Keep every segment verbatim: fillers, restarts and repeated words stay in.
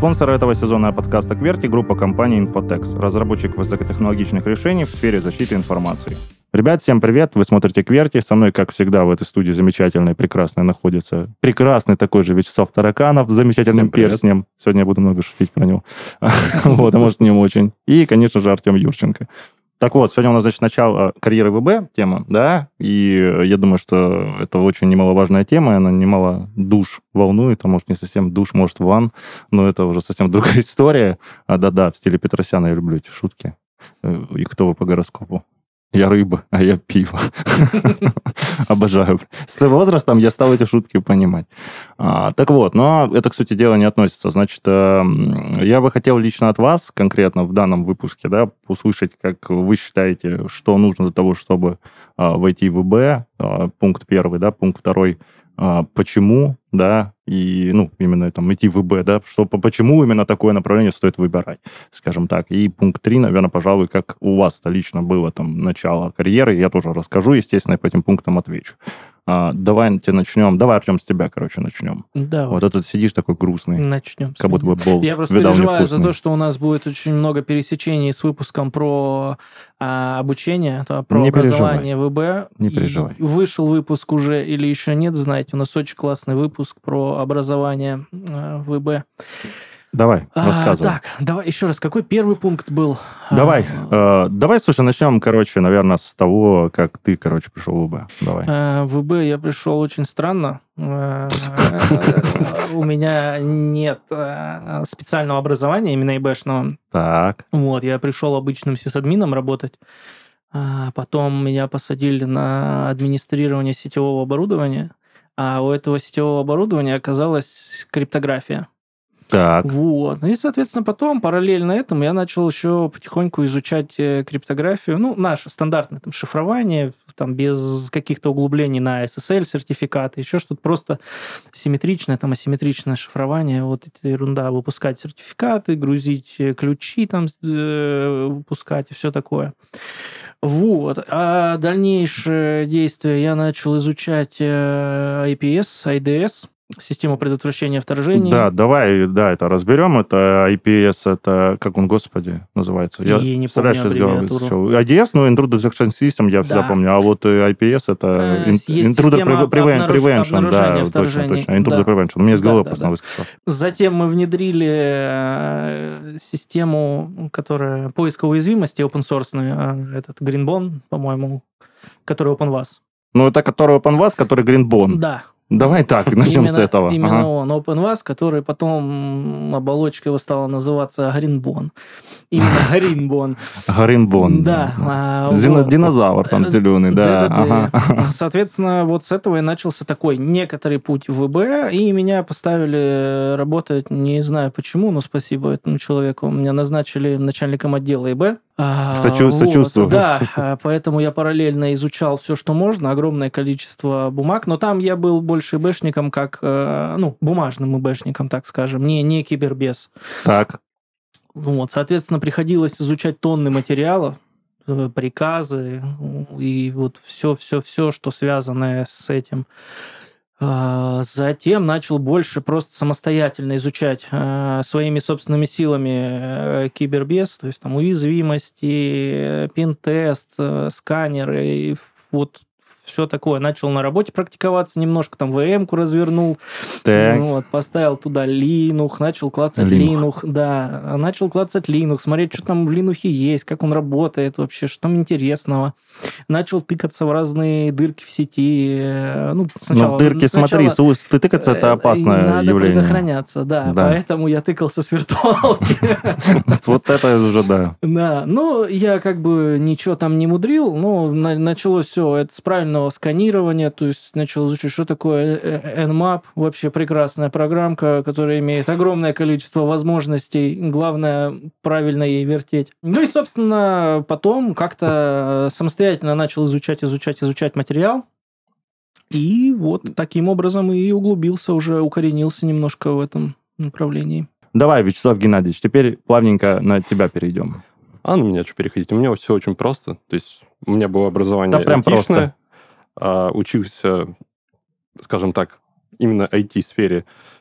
Спонсор этого сезона подкаста «Кверти» — группа компании Infotex, разработчик высокотехнологичных решений в сфере защиты информации. Ребят, всем привет! Вы смотрите «Кверти». Со мной, как всегда, в этой студии замечательной, прекрасной находится прекрасный такой же Вячеслав Тараканов с замечательным перстнем. Сегодня я буду много шутить про него. Вот, а может, не очень. И, конечно же, Артем Юрченко. Так вот, сегодня у нас, значит, начало карьеры ВБ тема, да, и я думаю, что это очень немаловажная тема, и она немало душ волнует, а может, не совсем душ, может, ван, но это уже совсем другая история. А, да-да, в стиле Петросяна я люблю эти шутки. И кто вы по гороскопу? Я рыба, а я пиво. Обожаю. С возрастом я стал эти шутки понимать. А, так вот, но это, кстати, дело не относится. Значит, я бы хотел лично от вас, конкретно в данном выпуске, да, услышать, как вы считаете, что нужно для того, чтобы а, войти в ВБ. А, пункт первый, да, пункт второй. А, почему, да, и, ну, именно там идти в ВБ, да, что, почему именно такое направление стоит выбирать, скажем так. И пункт три, наверное, пожалуй, как у вас-то лично было там начало карьеры, я тоже расскажу, естественно, и по этим пунктам отвечу. А, давайте начнем. Давай, Артем, с тебя, короче, начнем. Да. Вот этот сидишь такой грустный. Начнем. Как будто бы бол. Я просто переживаю за то, что у нас будет очень много пересечений с выпуском про а, обучение, то, про не образование переживай. ВБ. Не переживай. И вышел выпуск уже или еще нет, знаете, у нас очень классный выпуск про образование а, ВБ. Давай, рассказывай. А, так, давай еще раз, какой первый пункт был? Давай, а, э, давай, слушай, начнем, короче, наверное, с того, как ты, короче, пришел в ВБ. Давай. А, в ВБ я пришел очень странно. У меня нет специального образования, именно ИБшного. Так. Вот, я пришел обычным сисадмином работать. Потом меня посадили на администрирование сетевого оборудования. А у этого сетевого оборудования оказалась криптография. Так. Вот. И, соответственно, потом, параллельно этому, я начал еще потихоньку изучать криптографию. Ну, наше стандартное там, шифрование, там, без каких-то углублений на эс эс эль-сертификаты, еще что-то просто симметричное, там, асимметричное шифрование. Вот эта ерунда. Выпускать сертификаты, грузить ключи, там, выпускать и все такое. Вот. А дальнейшие действия я начал изучать ай пи эс, ай ди эс, систему предотвращения вторжений. Да, давай, да, это разберем. Это ай пи эс, это, как он, господи, называется? Я, я не помню аббревиатуру. ай ди эс, ну, Intruder Detection System, я всегда да. помню. А вот ай пи эс, это э, Intruder Prevention. Prevention, да, точно, точно. Intruder да. Prevention. У меня из головы да, просто да, выскочил. Затем мы внедрили систему, которая поиска уязвимости, open-source, этот Greenbone, по-моему, который OpenVAS. Ну, это который OpenVAS, который Greenbone. Да. Давай так, начнем именно, с этого. Именно ага. он, OpenVAS, который потом оболочка его стала называться Greenbone. Именно Greenbone. Greenbone. Да. А, вот. Динозавр там зеленый, да. Ага. Соответственно, вот с этого и начался такой некоторый путь в ВБ, и меня поставили работать, не знаю почему, но спасибо этому человеку. Меня назначили начальником отдела ИБ. Сочу- вот, сочувствую. Да, поэтому я параллельно изучал все, что можно, огромное количество бумаг, но там я был больше ИБшником, как, ну, бумажным ИБшником, так скажем, не, не кибербес. Так. Вот, соответственно, приходилось изучать тонны материалов, приказы и вот все-все-все, что связано с этим. Затем начал больше просто самостоятельно изучать э, своими собственными силами э, кибербез, то есть там уязвимости, пин-тест, э, сканеры, и вот все такое. Начал на работе практиковаться немножко, там вэ эм-ку развернул, вот, поставил туда Linux, начал клацать Linux, да, начал клацать Linux, смотреть, что там в Linux есть, как он работает вообще, что там интересного. Начал тыкаться в разные дырки в сети. Ну, сначала, Но в дырки, сначала, смотри, ты тыкаться, это опасное надо явление. Надо предохраняться, да, да, поэтому я тыкался с виртуалки. Вот это уже, да. Да, ну, я как бы ничего там не мудрил, но началось все это с правильного сканирования, то есть начал изучать, что такое Nmap, вообще прекрасная программка, которая имеет огромное количество возможностей, главное правильно ей вертеть. Ну и, собственно, потом как-то самостоятельно начал изучать, изучать, изучать материал, и вот таким образом и углубился, уже укоренился немножко в этом направлении. Давай, Вячеслав Геннадьевич, теперь плавненько на тебя перейдем. А на меня что переходить? У меня все очень просто. То есть у меня было образование да, прям айтишное, а, учился, скажем так, именно ай ти-сфере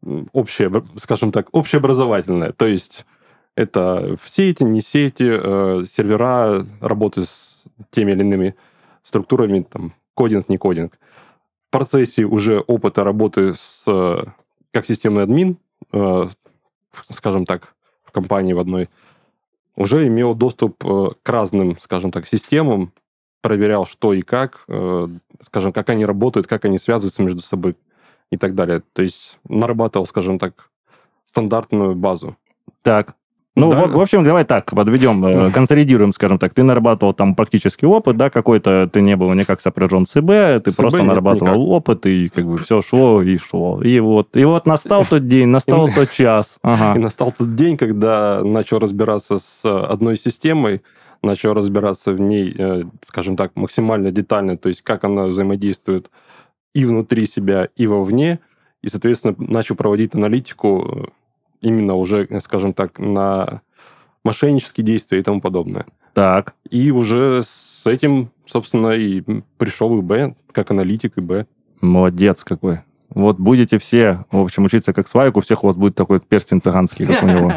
общее, скажем так, общеобразовательное. То есть это в сети, не сети, э, сервера, работы с теми или иными структурами, там, кодинг, не кодинг. В процессе уже опыта работы с, как системный админ, э, скажем так, в компании в одной, уже имел доступ э, к разным, скажем так, системам, проверял, что и как, э, скажем, как они работают, как они связываются между собой и так далее. То есть нарабатывал, скажем так, стандартную базу. Так. Ну, Да. в, в общем, давай так, подведем, э, консолидируем, скажем так. Ты нарабатывал там практический опыт, да, какой-то, ты не был никак сопряжен с ИБ, ты С просто ИБ нет, нарабатывал никак. опыт, и как бы все шло и шло. И вот, и вот настал тот день, настал тот час. И Ага. настал тот день, когда начал разбираться с одной системой, начал разбираться в ней, э, скажем так, максимально детально, то есть как она взаимодействует и внутри себя, и вовне, и, соответственно, начал проводить аналитику именно уже, скажем так, на мошеннические действия и тому подобное. Так. И уже с этим, собственно, и пришел ИБ, как аналитик ИБ. Молодец какой. Вот будете все, в общем, учиться как Славик, у всех у вас будет такой перстень цыганский, как у него.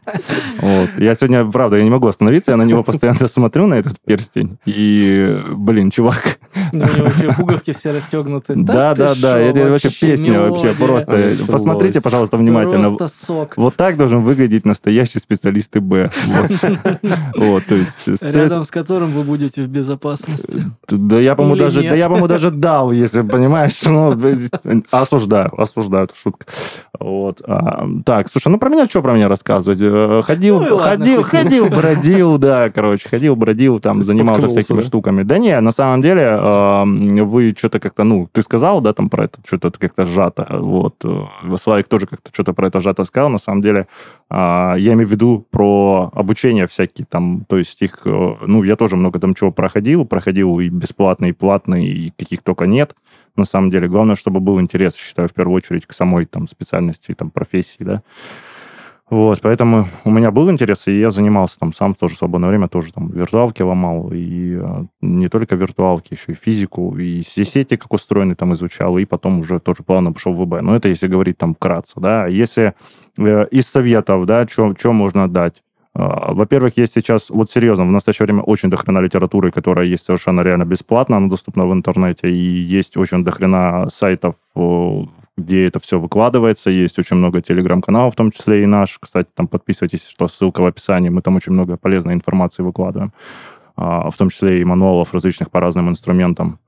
Вот. Я сегодня, правда, я не могу остановиться, я на него постоянно смотрю, на этот перстень, и, блин, чувак. Ну, у него вообще пуговки все расстегнуты. Да, да, да, это вообще песня вообще просто. Началось. Посмотрите, пожалуйста, внимательно. Просто сок. Вот так должен выглядеть настоящий специалист ИБ. Вот. Вот, то есть... Рядом с которым вы будете в безопасности. Да я, по-моему, Или даже, нет? да я, по-моему, даже дал, если понимаешь. Ну, осуждаю, осуждаю, это шутка. Вот. А, так, слушай, ну про меня что про меня рассказывать? Э, Ходил, Ну и ладно, ходил, хоть не. ходил, бродил, да, короче, ходил, бродил, там, занимался Споткнулся, всякими да? штуками. Да не, на самом деле, э, вы что-то как-то, ну, ты сказал, да, там про это, что-то как-то сжато. Вот. Э, Славик тоже как-то что-то про это сжато сказал. На самом деле, э, я имею в виду про обучение всякие там, то есть их, э, ну, я тоже много там чего проходил, проходил и бесплатный, и платный, и каких только нет. На самом деле, главное, чтобы был интерес, считаю, в первую очередь, к самой там специальности, там, профессии, да. Вот, поэтому у меня был интерес, и я занимался там сам тоже в свободное время, тоже там виртуалки ломал, и э, не только виртуалки, еще и физику, и сети, как устроены, там изучал, и потом уже тоже плавно пошел в ВБ. Но это если говорить там вкратце, да. Если э, из советов, да, что можно дать? Во-первых, есть сейчас, вот серьезно, в настоящее время очень дохрена литературы, которая есть совершенно реально бесплатно, она доступна в интернете, и есть очень дохрена сайтов, где это все выкладывается, есть очень много телеграм-каналов, в том числе и наш, кстати, там подписывайтесь, что ссылка в описании, мы там очень много полезной информации выкладываем, в том числе и мануалов различных по разным инструментам.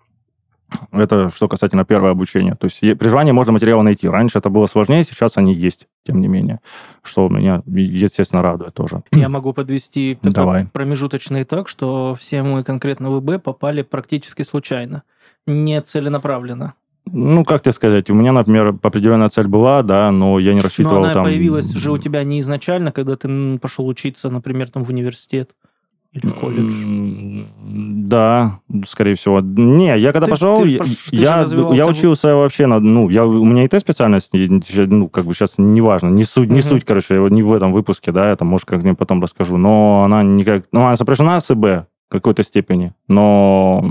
Это что касательно первого обучения. То есть при желании можно материалы найти. Раньше это было сложнее, сейчас они есть, тем не менее. Что меня, естественно, радует тоже. Я могу подвести такой Давай. промежуточный итог, что все мы конкретно в ИБ попали практически случайно, не целенаправленно. Ну, как тебе сказать, у меня, например, определенная цель была, да, но я не рассчитывал Но она там... появилась же у тебя не изначально, когда ты пошел учиться, например, там в университет или в колледж. Да, скорее всего. Не, я когда Ты- пошел, ты я, пош- ты же я, развивался я в- учился вообще на... Ну, я, у меня и Т-специальность, и, ну, как бы сейчас неважно, не суть, не Мгм. суть, короче, вот не в этом выпуске, да, это, может, как-нибудь потом расскажу, но она никак... Ну, она сопряжена с ИБ в какой-то степени, но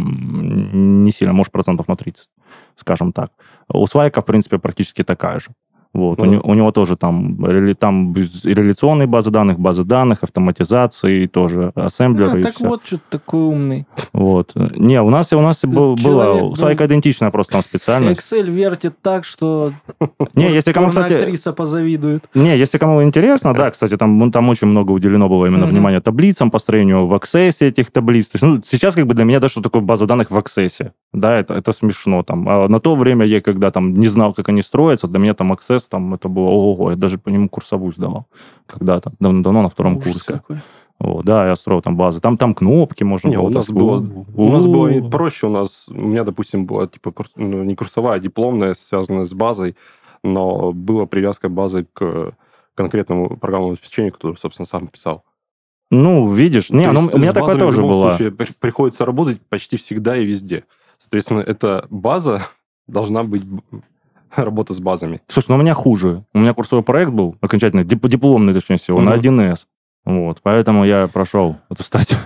м, не сильно, может, процентов на тридцать, скажем так. У Слайка, в принципе, практически такая же. Вот. Ну, у, него, у него тоже там, рели- там и реляционные базы данных, базы данных, автоматизации, тоже ассемблеры А, и так все. вот, что ты такой умный. Вот. Не, у нас, у нас был, Человек была был- Слайка идентичная просто там специальность. Excel вертит так, что Не, если кому, кстати, актриса позавидует. не, если кому интересно, да, кстати, там, там очень много уделено было именно Мгм. внимания таблицам, построению в Access этих таблиц. То есть, ну, сейчас как бы для меня, да, что такое база данных в Access, да, это, это смешно там. А на то время я, когда там не знал, как они строятся, для меня там Access, там, это было ого-го, я даже по нему курсовую сдавал когда-то, давно на втором Ужас курсе. какой. О, да, я строил там базы. Там, там кнопки можно Не, было. у нас так было, сказать. у нас было и У. проще. У нас, у меня, допустим, была типа курс- ну, не курсовая, а дипломная, связанная с базой, но была привязка базы к конкретному программному обеспечению, которое, собственно, сам писал. Ну, видишь, не, То ну, есть у меня с такое базами в тоже любом было. случае при- приходится работать почти всегда и везде. Соответственно, эта база должна быть б- работа с базами. Слушай, ну у меня хуже. У меня курсовой проект был, окончательно, дип- дипломный, точнее всего, на Мгм. один эс. Вот, поэтому я прошел эту стадию.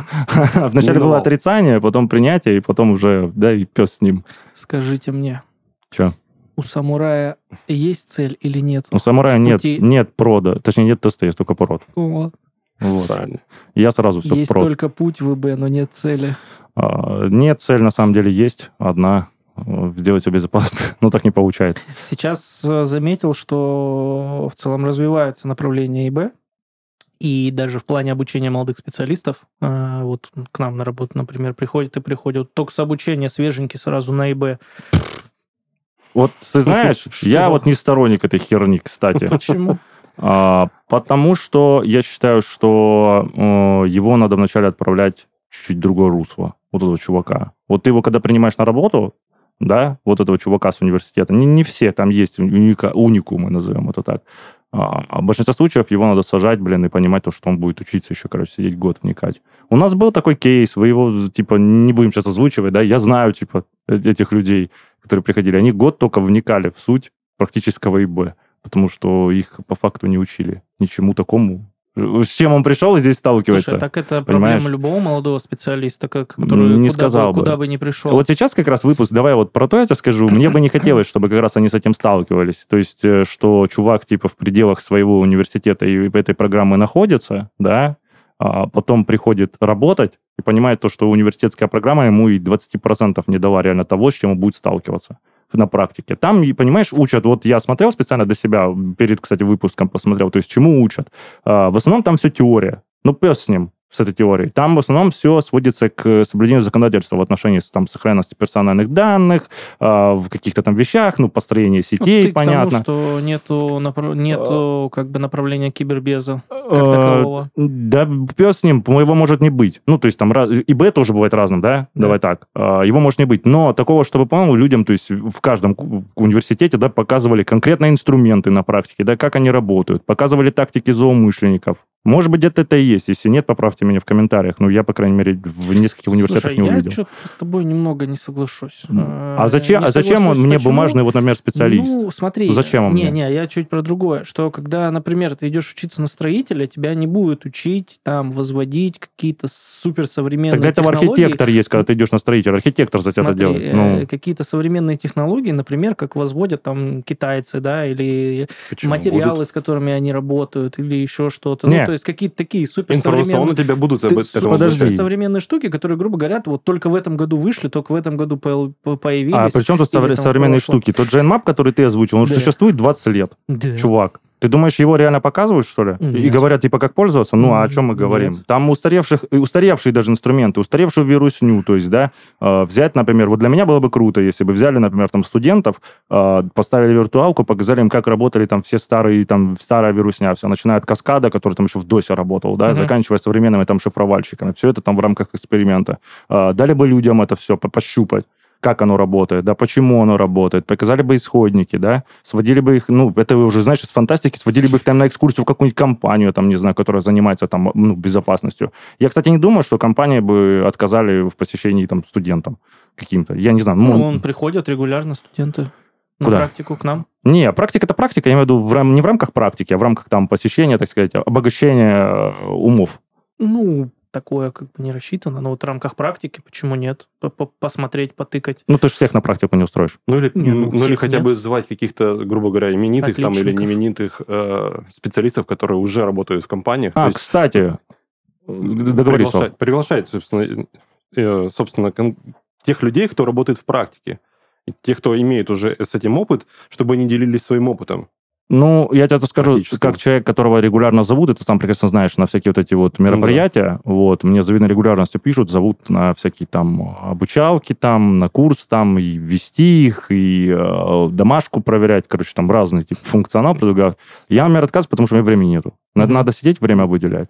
Вначале было Миновал. отрицание, потом принятие, и потом уже, да, и пес с ним. Скажите мне, Че? У самурая есть цель или нет? У самурая В нет, пути- нет прода, точнее, нет теста, есть только прод. Вот. Вот. Правильно. Я сразу все в Есть прод. только путь в ИБ, но нет цели. А, Нет, цель на самом деле есть одна. э, Сделать все безопасно. Но так не получается. Сейчас э, заметил, что в целом развивается направление ИБ, и даже в плане обучения молодых специалистов, э, вот к нам на работу, например, приходят и приходят только с обучения свеженький сразу на ИБ. Вот ты знаешь, Что? я вот не сторонник этой херни, кстати. Почему? А, Потому что я считаю, что э, его надо вначале отправлять чуть-чуть в другое русло. Вот этого чувака. Вот ты его, когда принимаешь на работу, да, вот этого чувака с университета, не, не все, там есть уника, уникумы, назовем это так. А, а в большинстве случаев его надо сажать, блин, и понимать то, что он будет учиться еще, короче, сидеть год, вникать. У нас был такой кейс, вы его, типа, не будем сейчас озвучивать, да, я знаю, типа, этих людей, которые приходили, они год только вникали в суть практического ИБ, потому что их по факту не учили ничему такому. С чем он пришел и здесь сталкивается. Слушай, так это понимаешь? проблема любого молодого специалиста, как- который Не куда, сказал бы, бы. куда бы ни пришел. Вот сейчас как раз выпуск, давай вот про то я тебе скажу. Мне бы не хотелось, чтобы как раз они с этим сталкивались. То есть, э, что чувак типа в пределах своего университета и этой программы находится, да, а потом приходит работать и понимает то, что университетская программа ему и двадцать процентов не дала реально того, с чем он будет сталкиваться на практике. Там, и, понимаешь, учат, вот я смотрел специально для себя, перед, кстати, выпуском посмотрел, то есть чему учат. А, в основном там все теория. Ну, пес с ним, с этой теорией. Там в основном все сводится к соблюдению законодательства в отношении там, сохранности персональных данных, а, в каких-то там вещах, ну, построение Вот сетей, ты понятно. к тому, что нету, напра- нету как бы направления кибербеза как Э, такового. Да, пес с ним, его может не быть. Ну, то есть там раз- и Б тоже бывает разным, да? Да. Давай так. А, Его может не быть. Но такого, чтобы, по-моему, людям, то есть в каждом ку- университете, да, показывали конкретно инструменты на практике, да, как они работают, показывали тактики злоумышленников. Может быть, где-то это и есть. Если нет, поправьте меня в комментариях. Ну, я, по крайней мере, в нескольких университетах Слушай, не я увидел. что-то с тобой немного не соглашусь. А зачем, Не а зачем он соглашусь, мне почему? бумажный, вот, например, специалист? Ну, смотри. Зачем он не, мне? Не, я чуть про другое. Что когда, например, ты идешь учиться на строителя, тебя не будут учить там возводить какие-то суперсовременные Тогда это технологии. архитектор есть, когда ты идешь на строителя. Архитектор за тебя это Смотри, делает. э, Ну, какие-то современные технологии, например, как возводят там китайцы, да, или Почему? материалы, Будут. с которыми они работают, или еще что-то. Не. Ну, то есть какие-то такие Информационно суперсовременные... тебя будут об Ты- этом подожди. обучать. современные штуки, которые, грубо говоря, вот только в этом году вышли, только в этом году по- по- появились. а при чем тут или совре- там в современные прошлом. штуки? Тот Джейн-мап, который ты озвучил, он уже Да. существует двадцать лет, Да. чувак. Ты думаешь, его реально показывают, что ли? И Нет. говорят, типа, как пользоваться? Ну, а о чем мы Нет. говорим? Там устаревших, и устаревшие даже инструменты, устаревшую вирусню, то есть, да, э, взять, например, вот для меня было бы круто, если бы взяли, например, там, студентов, э, поставили виртуалку, показали им, как работали там все старые, там, старая вирусня, все, начиная от Каскада, который там еще в досе работал, да, Мгм. заканчивая современными там шифровальщиками. Все это там в рамках эксперимента. Э, дали бы людям это все пощупать, как оно работает, да, почему оно работает, показали бы исходники, да, сводили бы их, ну, это уже, знаешь, из фантастики, сводили бы их там на экскурсию в какую-нибудь компанию, там, не знаю, которая занимается там, ну, безопасностью. Я, кстати, не думаю, что компании бы отказали в посещении там студентам каким-то. Я не знаю. Ну, ну, он приходят регулярно студенты на Куда? практику к нам. Не, практика это практика, я имею в виду в рам- не в рамках практики, а в рамках там посещения, так сказать, обогащения э, умов. Ну, такое как бы не рассчитано, но вот в рамках практики почему нет? П- п- Посмотреть, потыкать. Ну, ты же всех на практику не устроишь. Ну или, Не, ну, ну, или всех хотя нет. бы звать каких-то, грубо говоря, именитых там или Отличников. неименитых э, специалистов, которые уже работают в компаниях. А, То есть кстати, договорись. Вов. приглашать, приглашать, собственно, э, собственно, кон- тех людей, кто работает в практике. И тех, кто имеет уже с этим опыт, чтобы они делились своим опытом. Ну, я тебе скажу, Практически. как человек, которого регулярно зовут, и ты сам прекрасно знаешь, на всякие вот эти вот мероприятия, вот, мне с завидной регулярностью пишут, зовут на всякие там обучалки там, на курс там, и вести их, и э, домашку проверять, короче, там разный тип функционал предлагают. Я, например, отказываюсь, потому что у меня времени нету. Надо, Мгм. надо сидеть, время выделять.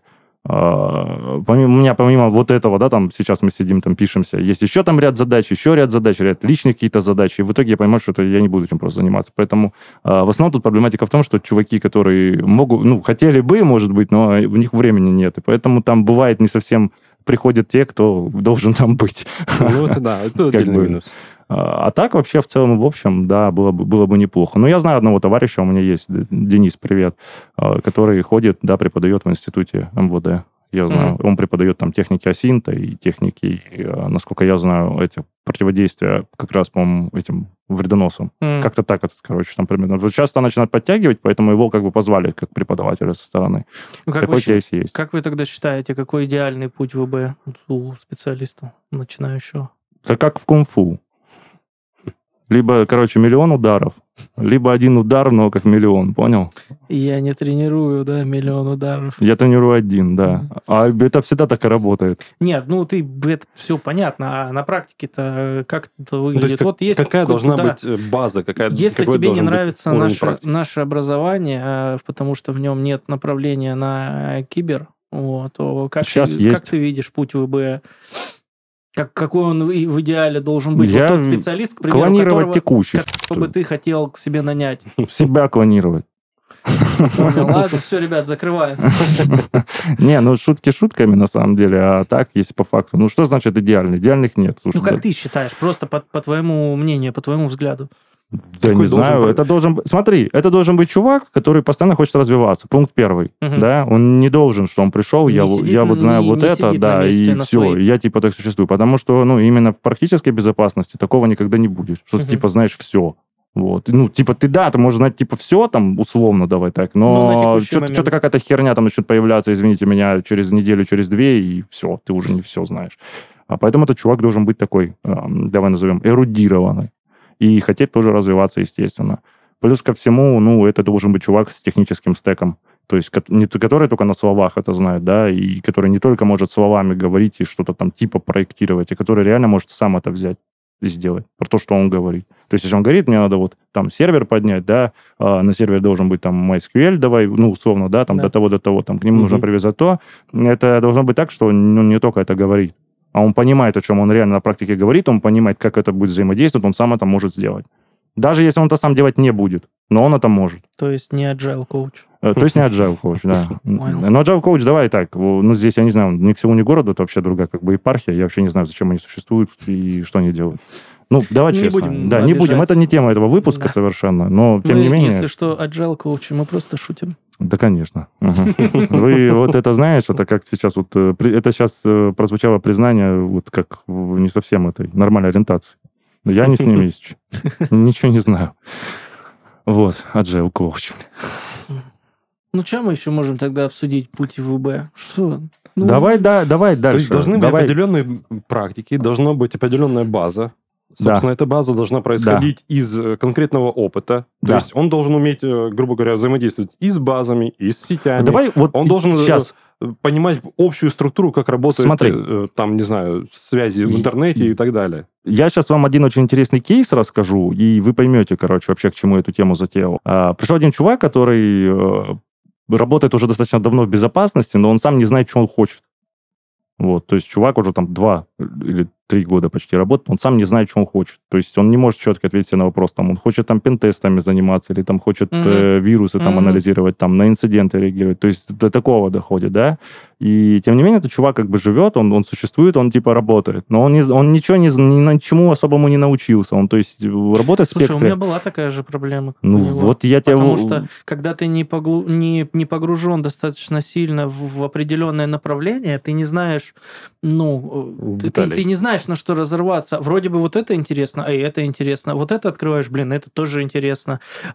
А, помимо, у меня помимо вот этого, да, там сейчас мы сидим, там пишемся, есть еще там ряд задач, еще ряд задач, ряд личных какие-то задачи, и в итоге я понимаю, что это я не буду этим просто заниматься. Поэтому а, в основном тут проблематика в том, что чуваки, которые могут, ну, хотели бы, может быть, но у них времени нет, и поэтому там бывает не совсем приходят те, кто должен там быть. Ну, это да, это Как отдельный бы. минус. А а так вообще в целом, в общем, да, было бы, было бы неплохо. Но я знаю одного товарища, у меня есть, Д- Денис, привет, а, который ходит, да, преподает в институте эм вэ дэ. Я знаю, Мгм. он преподает там техники асинта и техники, и, а, насколько я знаю, эти противодействия как раз, по-моему, этим вредоносом. Mm. Как-то так это, короче, там примерно. Вот сейчас это начинает подтягивать, поэтому его как бы позвали как преподавателя со стороны. Ну, как Такой вы, кейс есть. Как вы тогда считаете, какой идеальный путь ВБ у специалиста начинающего? Это как в кунг-фу. Либо, короче, миллион ударов, либо один удар, но как миллион, понял? Я не тренирую, да, миллион ударов. Я тренирую один, да. А это всегда так и работает. Нет, ну ты, это все понятно, а на практике-то как это выглядит? То есть, как, вот есть какая должна да, быть база, какая, если какой тебе не должен быть нравится уровень наше, практики? наше образование, потому что в нем нет направления на кибер, вот, то как, Сейчас ты, есть. как ты видишь путь ВБ? Как, какой он и в идеале должен быть? Я Вот тот специалист, к примеру, клонировать которого, текущих. которого бы ты хотел к себе нанять. Себя клонировать. Понял, ладно, все, ребят, закрываем. Не, ну шутки шутками на самом деле, а так, если по факту. Ну что значит идеальный? Идеальных нет. Ну как ты считаешь? Просто по твоему мнению, по твоему взгляду. Да не знаю, это должен быть... Смотри, это должен быть чувак, который постоянно хочет развиваться. Пункт первый, Угу. да? Он не должен, что он пришел, Не я, сидит, я вот знаю не- вот не это, сидит на да, месте, и на все, своей. я типа так существую. Потому что, ну, именно в практической безопасности такого никогда не будет. Что ты Мгм. типа знаешь все. Вот. Ну, типа, ты, да, ты можешь знать, типа, все там, условно, давай так, Ну, на но текущий что-то, момент. что-то какая-то херня там начнет появляться, извините меня, через неделю, через две, и все, ты уже не все знаешь. А поэтому этот чувак должен быть такой, эм, давай назовем, эрудированный. И хотеть тоже развиваться, естественно. Плюс ко всему, ну, это должен быть чувак с техническим стеком. То есть, ко- не т- который только на словах это знает, да, и который не только может словами говорить и что-то там типа проектировать, и который реально может сам это взять и сделать, про то, что он говорит. То есть, если он говорит, мне надо вот там сервер поднять, да, а на сервере должен быть там MySQL, давай, ну, условно, да, там Да. до того, до того, там к нему Мгм. нужно привязать то, это должно быть так, что он ну, не только это говорит, а он понимает, о чем он реально на практике говорит, он понимает, как это будет взаимодействовать, он сам это может сделать. Даже если он это сам делать не будет, но он это может. То есть не agile коуч. Э, То есть не agile coach, да. Понял. Но agile coach, давай так, ну, здесь, я не знаю, ни к селу, ни к городу, это вообще другая как бы епархия, я вообще не знаю, зачем они существуют и что они делают. Ну, давай Не честно. будем Да, не будем, обижать. это не тема этого выпуска Да. совершенно, но тем Мы, не менее... если что, agile коучи, мы просто шутим. Да, конечно. Мгм. Вы вот это знаешь, это как сейчас вот... э, при- Это сейчас э, прозвучало признание вот как в не совсем этой нормальной ориентации. Я не с ними ищу. Ничего не знаю. Вот, agile coach. Ну, что мы еще можем тогда обсудить путь в ВБ? Что? Ну, Давай, да, давай То дальше. есть должны быть Давай. определенные практики, должна быть определенная база. Да. Собственно, эта база должна происходить из э, конкретного опыта. То Да. есть он должен уметь, э, грубо говоря, взаимодействовать и с базами, и с сетями. Давай вот Он должен сейчас. э, понимать общую структуру, как работает, Смотри. э, там, не знаю, связи в И- интернете и так далее. Я сейчас вам один очень интересный кейс расскажу, и вы поймете, короче, вообще, к чему эту тему затеял. А, пришел один чувак, который э, работает уже достаточно давно в безопасности, но он сам не знает, что он хочет. Вот, то есть чувак уже там два или три года почти работает, он сам не знает, что он хочет. То есть он не может четко ответить себе на вопрос, там, он хочет там пентестами заниматься, или там хочет Мгм. э, вирусы там Мгм. анализировать, там, на инциденты реагировать. То есть до такого доходит, да? И тем не менее, этот чувак как бы живет, он, он существует, он типа работает. Но он, не, он ничего не, ни на чему особому не научился. Он, то есть, работает в Слушай, у спектре. меня была такая же проблема. как Ну, у него. вот я тебя... Потому что, когда ты не, поглу... не, не погружен достаточно сильно в, в определенное направление, ты не знаешь, ну, э, ты, ты, Деталей. ты не знаешь, на что разорваться. Вроде бы вот это интересно, а и это интересно. Вот это открываешь, блин, это тоже интересно.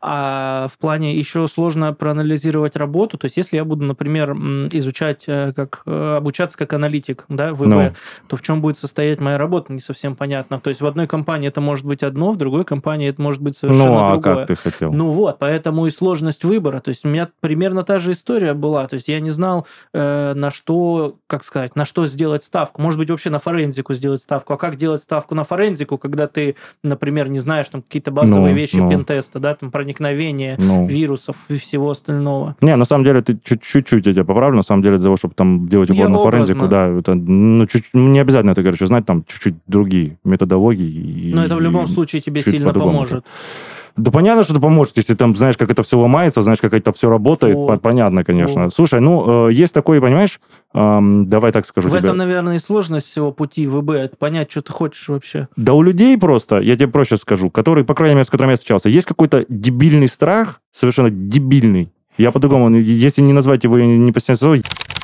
А в плане еще сложно проанализировать работу. То есть, если я буду, например, м, изучать, э, как э, обучаться как аналитик, да, в ВВ, Ну. то в чем будет состоять моя работа, не совсем понятно. То есть, в одной компании это может быть одно, в другой компании это может быть совершенно Ну, а другое. как ты хотел? Ну вот, поэтому и сложность выбора. То есть у меня примерно та же история была. То есть я не знал, э, на что, как сказать, на что сделать ставку. Может быть, вообще на форензику сделать ставку. А как делать ставку на форензику, когда ты, например, не знаешь там какие-то базовые Ну, вещи ну. пентеста, да, там проникновение Ну. вирусов и всего остального. Не, на самом деле, ты чуть- чуть-чуть я тебя поправлю, на самом деле, для того, чтобы там делать упор Я на форензику, образно. да, это, ну, чуть, не обязательно это, короче, знать там чуть-чуть другие методологии. и- Но это в любом случае тебе чуть сильно по-другому. поможет. Да понятно, что это поможет, если там знаешь, как это все ломается, знаешь, как это все работает, Вот. по- понятно, конечно. Вот. Слушай, ну, э, есть такой, понимаешь, эм, давай так скажу В тебе. этом, наверное, и сложность всего пути ВБ, это понять, что ты хочешь вообще. Да у людей просто, я тебе проще скажу, которые, по крайней мере, с которыми я встречался, есть какой-то дебильный страх, совершенно дебильный. Я по-другому, если не назвать его, я не постесняюсь.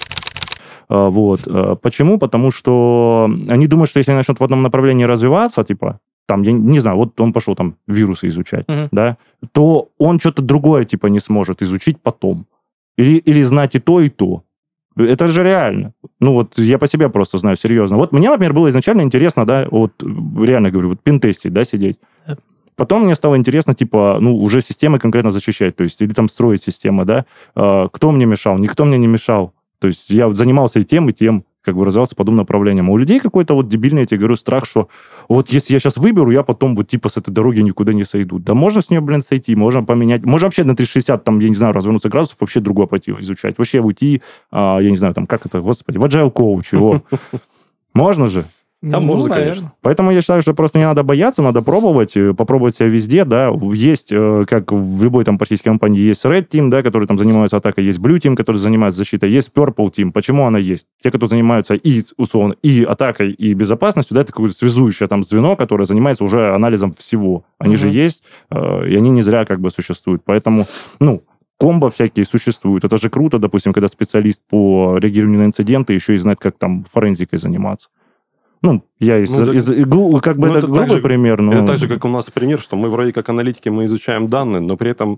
А, Вот. А, Почему? Потому что они думают, что если они начнут в одном направлении развиваться, типа, там, я не знаю, вот он пошел там вирусы изучать, Мгм. да, то он что-то другое, типа, не сможет изучить потом. Или, или знать и то, и то. Это же реально. Ну, вот я по себе просто знаю, серьезно. Вот мне, например, было изначально интересно, да, вот реально говорю, вот пентестить, да, сидеть. Да. Потом мне стало интересно, типа, ну, уже системы конкретно защищать, то есть, или там строить системы, да. А, кто мне мешал? Никто мне не мешал. То есть я вот занимался и тем, и тем, как бы развивался по двум направлениям. А у людей какой-то вот дебильный, я тебе говорю, страх, что вот если я сейчас выберу, я потом вот типа с этой дороги никуда не сойду. Да можно с нее, блин, сойти, можно поменять, можно вообще на триста шестьдесят, там, я не знаю, развернуться градусов, вообще другое пойти изучать. Вообще уйти, а, я не знаю, там, как это, господи, в agile coach, его. Можно же. Там Ну, можно, наверное. конечно. Поэтому я считаю, что просто не надо бояться, надо пробовать, э, попробовать себя везде, да. Есть, э, как в любой там практически компании, есть Red Team, да, который там занимается атакой, есть Blue Team, который занимается защитой, есть Purple Team. Почему она есть? Те, кто занимаются и, условно, и атакой, и безопасностью, да, это какое-то связующее там звено, которое занимается уже анализом всего. Они Мгм. же есть, э, и они не зря как бы существуют. Поэтому, ну, комбо всякие существуют. Это же круто, допустим, когда специалист по реагированию на инциденты еще и знает, как там форензикой заниматься. Ну, я из, Ну, так- из- гру- как бы ну, это, это так грубый же- пример, но... Это так же, как у нас пример, что мы вроде как аналитики, мы изучаем данные, но при этом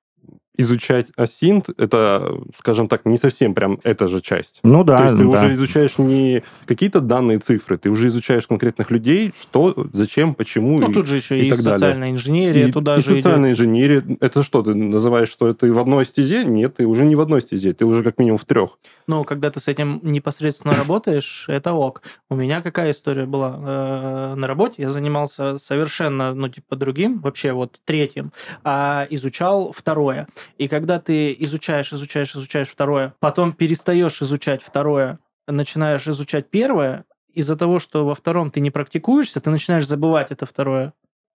изучать асинт, это, скажем так, не совсем прям эта же часть. Ну да, То есть ты да. уже изучаешь не какие-то данные, цифры, ты уже изучаешь конкретных людей, что, зачем, почему Ну, и, тут же еще и и так далее. социальная инженерия И, туда и же идет. социальная инженерия. Это что, ты называешь, что ты в одной стезе? Нет, ты уже не в одной стезе, ты уже как минимум в трех. Ну, когда ты с этим непосредственно работаешь, это ок. У меня какая история была? Э, На работе я занимался совершенно, ну, типа, другим, вообще вот третьим, а изучал второе. И когда ты изучаешь, изучаешь, изучаешь второе, потом перестаешь изучать второе, начинаешь изучать первое, из-за того, что во втором ты не практикуешься, ты начинаешь забывать это второе.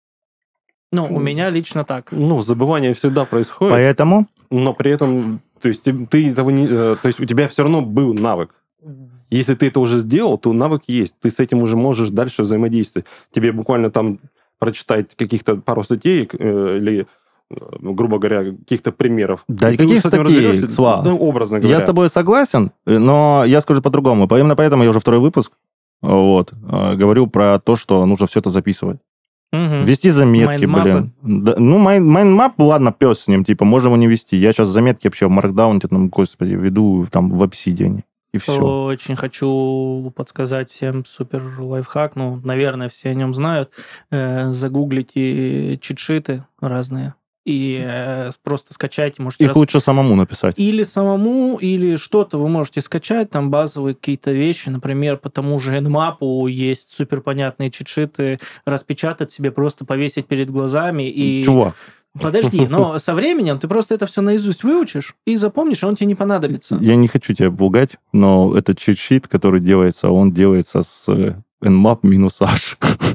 Ну, у Ну, меня лично так. Ну, забывание всегда происходит, Поэтому но при этом, то есть ты, ты этого не, э, то есть у тебя все равно был навык. Если ты это уже сделал, то навык есть. Ты с этим уже можешь дальше взаимодействовать. Тебе буквально там прочитать каких-то пару статей э, или, э, грубо говоря, каких-то примеров. Да И ты каких уже с этим статей, разберешься, Слав? ну, образно говоря. я с тобой согласен, но я скажу по-другому. Именно поэтому я уже второй выпуск вот, э, говорю про то, что нужно все это записывать. Мгм. Вести заметки, Майндмапы. блин. Да, ну, майн- майндмап, ладно, пес с ним, типа, можем его не вести. Я сейчас заметки вообще в Markdown, там, господи, веду там в Obsidian. И все. Очень хочу подсказать всем супер лайфхак. Ну, наверное, все о нем знают. Э, Загуглите чит-шиты разные и э, просто скачайте. Можете Их рас- лучше самому написать. Или самому, или что-то вы можете скачать, там базовые какие-то вещи, например, по тому же Nmap есть супер понятные чит-шиты, распечатать себе, просто повесить перед глазами и... Чувак, Подожди, но со временем ты просто это все наизусть выучишь и запомнишь, и он тебе не понадобится. я не хочу тебя пугать, но этот чит-шит, который делается, он делается с э, nmap минус h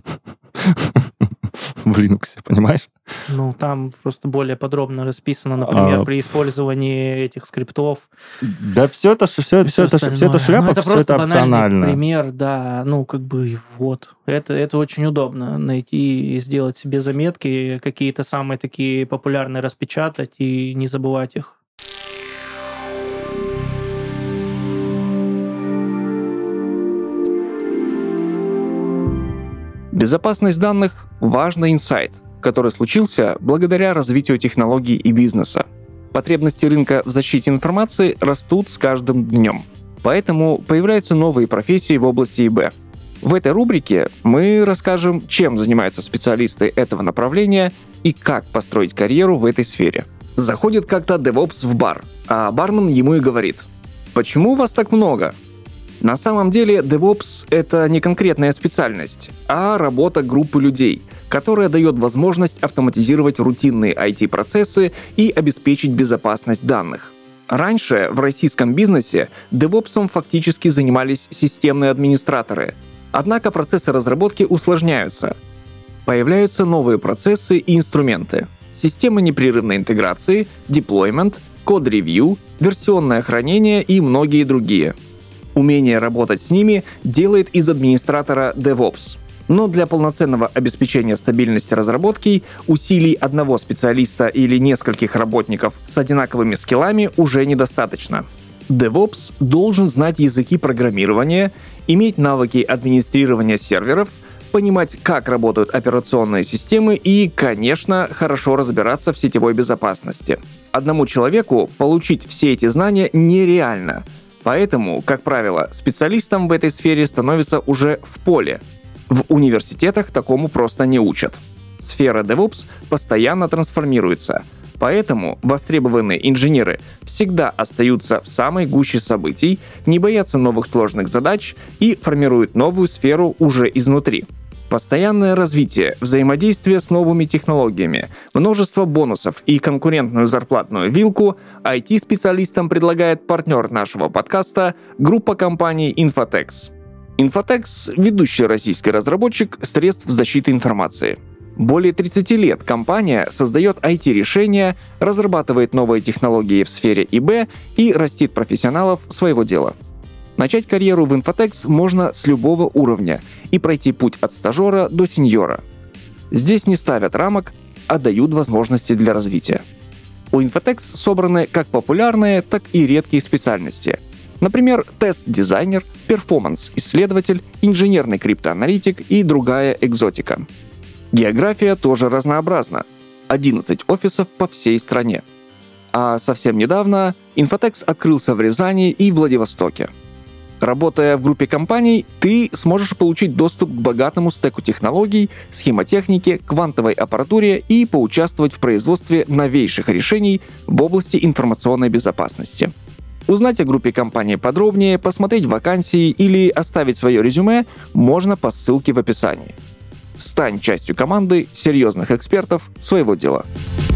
в Linux, понимаешь? Ну, там просто более подробно расписано, например, А, при использовании этих скриптов. Да все это, все, все, всё это, все остальное. это шляпа, Ну, это все просто это банальный опционально. пример, да. Ну, как бы вот. Это, это очень удобно найти и сделать себе заметки, какие-то самые такие популярные распечатать и не забывать их. Безопасность данных – важный инсайт, который случился благодаря развитию технологий и бизнеса. Потребности рынка в защите информации растут с каждым днем. Поэтому появляются новые профессии в области и бэ. В этой рубрике мы расскажем, чем занимаются специалисты этого направления и как построить карьеру в этой сфере. Заходит как-то DevOps в бар, а бармен ему и говорит: «Почему вас так много?» На самом деле DevOps — это не конкретная специальность, а работа группы людей, которая дает возможность автоматизировать рутинные ай ти-процессы и обеспечить безопасность данных. Раньше в российском бизнесе DevOps'ом фактически занимались системные администраторы. Однако процессы разработки усложняются. Появляются новые процессы и инструменты. Системы непрерывной интеграции, деплоймент, код-ревью, версионное хранение и многие другие. Умение работать с ними делает из администратора DevOps. Но для полноценного обеспечения стабильности разработки усилий одного специалиста или нескольких работников с одинаковыми скиллами уже недостаточно. DevOps должен знать языки программирования, иметь навыки администрирования серверов, понимать, как работают операционные системы и, конечно, хорошо разбираться в сетевой безопасности. Одному человеку получить все эти знания нереально. Поэтому, как правило, специалистом в этой сфере становится уже в поле. В университетах такому просто не учат. Сфера DevOps постоянно трансформируется, поэтому востребованные инженеры всегда остаются в самой гуще событий, не боятся новых сложных задач и формируют новую сферу уже изнутри. Постоянное развитие, взаимодействие с новыми технологиями, множество бонусов и конкурентную зарплатную вилку ай ти-специалистам предлагает партнер нашего подкаста — группа компаний Infotex. Infotex — ведущий российский разработчик средств защиты информации. Более тридцати лет компания создает ай ти-решения, разрабатывает новые технологии в сфере и би и растит профессионалов своего дела. Начать карьеру в Infotex можно с любого уровня и пройти путь от стажера до сеньора. Здесь не ставят рамок, а дают возможности для развития. У Infotex собраны как популярные, так и редкие специальности. Например, тест-дизайнер, перформанс-исследователь, инженерный криптоаналитик и другая экзотика. География тоже разнообразна. одиннадцать офисов по всей стране. А совсем недавно Infotex открылся в Рязани и Владивостоке. Работая в группе компаний, ты сможешь получить доступ к богатому стеку технологий, схемотехнике, квантовой аппаратуре и поучаствовать в производстве новейших решений в области информационной безопасности. Узнать о группе компаний подробнее, посмотреть вакансии или оставить свое резюме можно по ссылке в описании. Стань частью команды серьезных экспертов своего дела.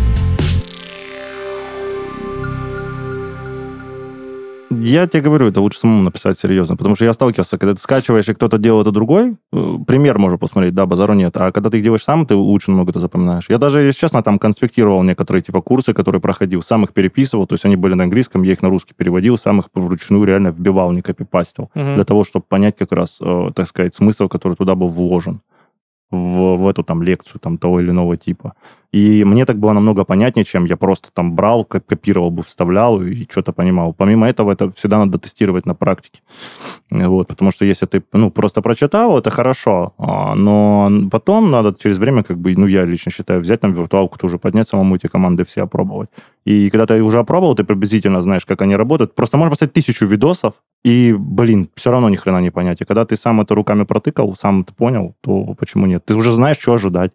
Я тебе говорю, это лучше самому написать серьезно, потому что я сталкивался, когда ты скачиваешь, и кто-то делает это другой, пример можно посмотреть, да, базару нет, а когда ты их делаешь сам, ты лучше много это запоминаешь. Я даже, если честно, там конспектировал некоторые типа курсы, которые проходил, сам их переписывал, то есть они были на английском, я их на русский переводил, сам их вручную реально вбивал, не копипастил, угу. для того, чтобы понять как раз, так сказать, смысл, который туда был вложен. В, в эту там лекцию там того или иного типа. И мне так было намного понятнее, чем я просто там брал, копировал бы, вставлял и что-то понимал. Помимо этого, это всегда надо тестировать на практике. Вот, потому что если ты ну, просто прочитал, это хорошо, но потом надо через время, как бы, ну, я лично считаю, взять там виртуалку, тоже поднять самому эти команды все опробовать. И когда ты уже опробовал, ты приблизительно знаешь, как они работают. Просто можно поставить тысячу видосов, и, блин, все равно ни хрена не понять. И когда ты сам это руками протыкал, сам это понял, то почему нет? Ты уже знаешь, что ожидать.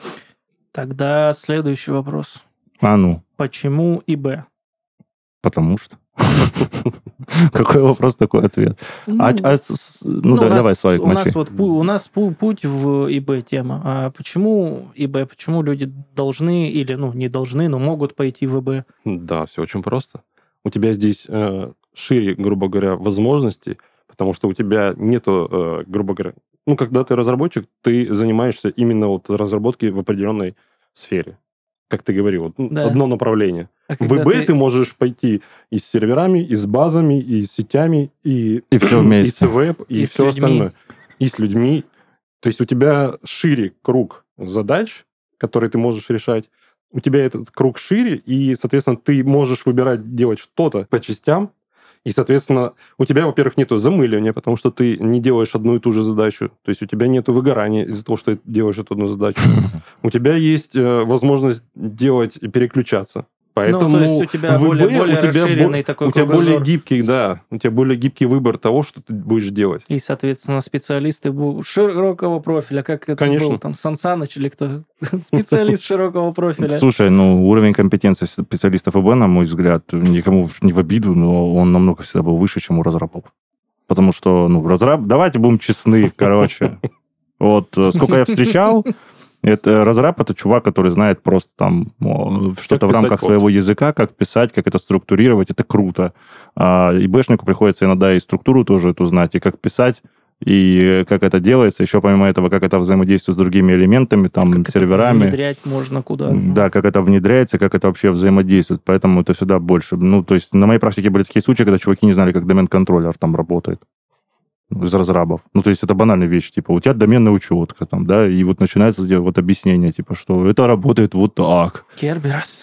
Тогда следующий вопрос. А ну? Почему и бэ? Потому что. Какой вопрос, такой ответ. Ну, давай, Славик, мочи. У нас путь в и бэ тема. А почему и бэ? Почему люди должны или, ну, не должны, но могут пойти в и бэ? Да, все очень просто. У тебя здесь шире, грубо говоря, возможности, потому что у тебя нету, грубо говоря, ну, когда ты разработчик, ты занимаешься именно вот разработкой в определенной сфере. Как ты говорил, да. Одно направление. А в и бэ ты... ты можешь пойти и с серверами, и с базами, и с сетями, и, и все вместе. И с веб, и, и все остальное. И с людьми. То есть у тебя шире круг задач, которые ты можешь решать. У тебя этот круг шире, и, соответственно, ты можешь выбирать делать что-то по частям. И, соответственно, у тебя, во-первых, нету замыливания, потому что ты не делаешь одну и ту же задачу. То есть у тебя нету выгорания из-за того, что ты делаешь эту одну задачу. У тебя есть возможность делать и переключаться. Поэтому ну, то есть у тебя более, более расширенный бо- такой у тебя кругозор. более гибкий, да, у тебя более гибкий выбор того, что ты будешь делать. И, соответственно, специалисты широкого профиля, как это Конечно. был, там, Сан Саныч или кто? Специалист широкого профиля. Слушай, ну, уровень компетенции специалистов и бэ, на мой взгляд, никому не в обиду, но он намного всегда был выше, чем у разрабов. Потому что, ну, разраб... Давайте будем честны, короче. Вот сколько я встречал, это разраб, это чувак, который знает просто там что-то в рамках код. Своего языка, как писать, как это структурировать, это круто. А ИБшнику приходится иногда и структуру тоже эту знать, и как писать, и как это делается, еще помимо этого, как это взаимодействует с другими элементами, там, как серверами. Это внедрять можно куда. Да, как это внедряется, как это вообще взаимодействует, поэтому это всегда больше. Ну, то есть на моей практике были такие случаи, когда чуваки не знали, как домен-контроллер там работает. Из разрабов. Ну, то есть это банальная вещь, типа, у тебя доменная учетка, там, да, и вот начинается вот объяснение, типа, что это работает вот так. Керберас.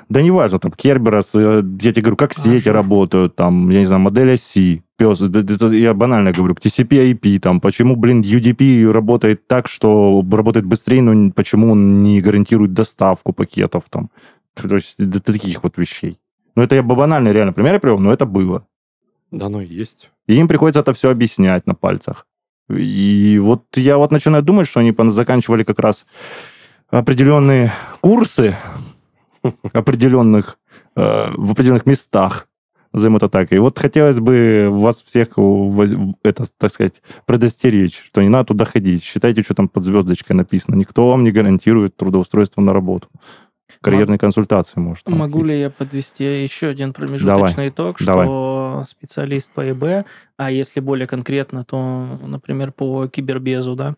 Да неважно, там, Kerberos, э, я тебе говорю, как сети Azure. работают, там, я не знаю, модель оси, пес, это- это я банально говорю, к ти си пи ай пи, там, почему, блин, ю ди пи работает так, что работает быстрее, но почему он не гарантирует доставку пакетов, там, то есть до таких вот вещей. Ну, это я банальный реально пример привел, но это было. Да, оно и есть. И им приходится это все объяснять на пальцах. И вот я вот начинаю думать, что они пон- заканчивали как раз определенные курсы определенных, э, в определенных местах, назовем это так. И вот хотелось бы вас всех воз- это, так сказать, предостеречь, что не надо туда ходить. Считайте, что там под звездочкой написано. Никто вам не гарантирует трудоустройство на работу. Карьерные консультации, может. там Могу какие-то. ли я подвести еще один промежуточный итог, давай. что специалист по ИБ, а если более конкретно, то, например, по кибербезу, да,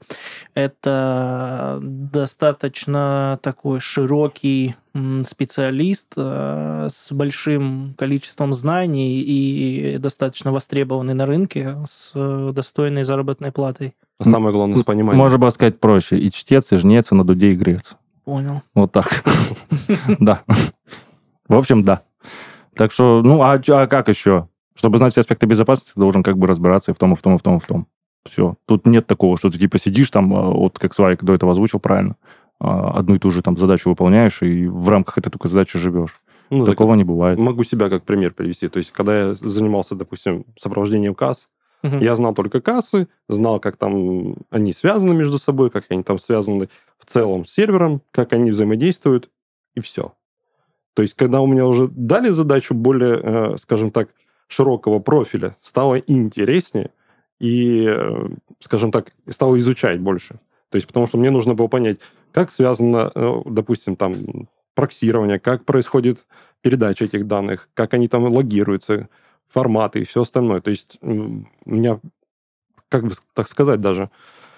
это достаточно такой широкий м, специалист э, с большим количеством знаний и достаточно востребованный на рынке с э, достойной заработной платой. А самое главное, с пониманием. Можно было сказать проще. И чтец, и жнец, и на дуде, и грец. Понял. Вот так. Да. В общем, да. Так что, ну, а, чё- а как еще? Чтобы знать все аспекты безопасности, ты должен как бы разбираться и в том, и в том, и в том, и в том. Все. Тут нет такого, что ты типа сидишь там, а, вот как Славик до этого озвучил правильно, а, одну и ту же там задачу выполняешь, и в рамках этой только задачи живешь. Ну, так Такого не бывает. могу себя как пример привести. То есть, когда я занимался, допустим, сопровождением касс, Мгм. я знал только кассы, знал, как там они связаны между собой, как они там связаны в целом с сервером, как они взаимодействуют, и все. То есть, когда у меня уже дали задачу более, э, скажем так, широкого профиля, стало интереснее и, э, скажем так, стало изучать больше. То есть, потому что мне нужно было понять, как связано, э, допустим, там, проксирование, как происходит передача этих данных, как они там логируются, форматы и все остальное. То есть м, у меня, как бы так сказать даже,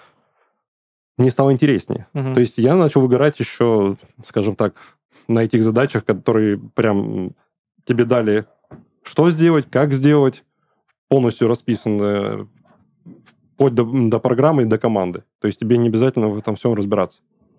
мне стало интереснее. Мгм. То есть я начал выгорать еще, скажем так, на этих задачах, которые прям тебе дали, что сделать, как сделать, полностью расписаны вплоть до, до программы и до команды. То есть тебе не обязательно в этом всем разбираться.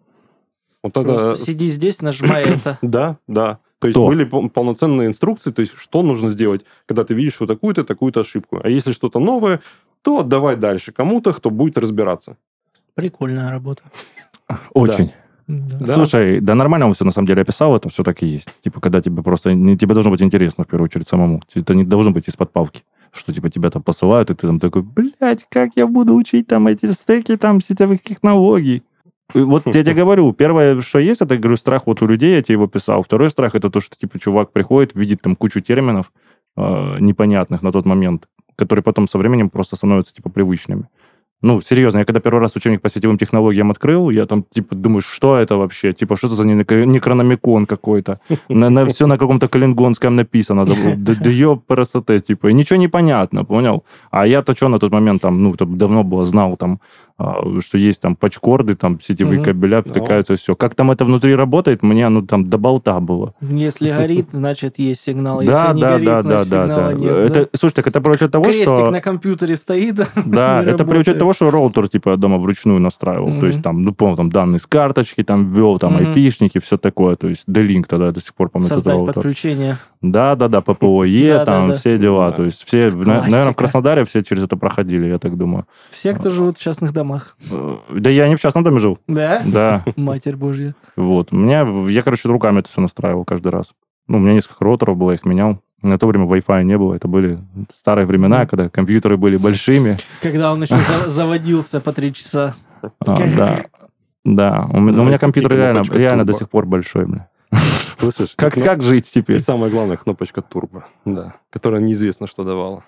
Вот это... Просто сиди здесь, нажимай это. Да, да. То есть То. были пол- полноценные инструкции, то есть что нужно сделать, когда ты видишь вот такую-то, такую-то ошибку. А если что-то новое, то отдавай дальше кому-то, кто будет разбираться. Прикольная работа. Очень. Да. Да. Слушай, да нормально он все на самом деле описал, это все так и есть. Типа, когда тебе просто... не- тебе должно быть интересно, в первую очередь, самому. Это не должно быть из-под палки. Что, типа, тебя там посылают, и ты там такой, блядь, как я буду учить там эти стеки там сетевых технологий? И вот я тебе говорю, первое, что есть, это, говорю, страх вот у людей, я тебе его писал. Второй страх, это то, что, типа, чувак приходит, видит там кучу терминов э, непонятных на тот момент, которые потом со временем просто становятся, типа, привычными. Ну, серьезно, я когда первый раз учебник по сетевым технологиям открыл, я там, типа, думаю, что это вообще? Типа, что это за некро- некрономикон какой-то? На, на, все на каком-то калингонском написано. Да, да, да ёпрст, типа. И ничего не понятно, понял? А я-то что на тот момент там, ну, там, давно было, знал там, а, что есть там патчкорды, там сетевые Мгм. кабеля втыкаются, все. Как там это внутри работает, мне, ну, там до болта было. Если горит, значит, есть сигнал. Да, Если не да, горит, да, да, значит, да, сигнала да. нет. Это, да? слушай, так это при учете того, Крестик что... на компьютере стоит. Да, не это при учете работает. того, что роутер, типа, я дома вручную настраивал. Мгм. То есть, там, ну, помню, там, данные с карточки, там, ввел, там, Мгм. айпишники, все такое. То есть, D-Link тогда до сих пор, помню, этот Создать роутер. подключение. Да, да, да, ППОЕ, Да, там, да, да. все дела. Да. То есть, все, на- наверное, в Классика. Краснодаре все через это проходили, я так думаю. Все, кто живут в частных домах. Э, Да я не в частном доме жил. Да? Да, Матерь Божья. вот. У меня, я, короче, руками это все настраивал каждый раз. Ну, у меня несколько роутеров было, я их менял. На то время Wi-Fi не было. Это были старые времена, Мгм. когда компьютеры были большими. Когда он еще за- заводился по три часа. А, да, да. У, ме- Да, ну, у меня и компьютер кнопочка реально, реально до турбо. сих пор большой, бля. Слышишь? Как, Ну, как жить И теперь? самое главное, кнопочка турбо, да, которая неизвестно, что давала.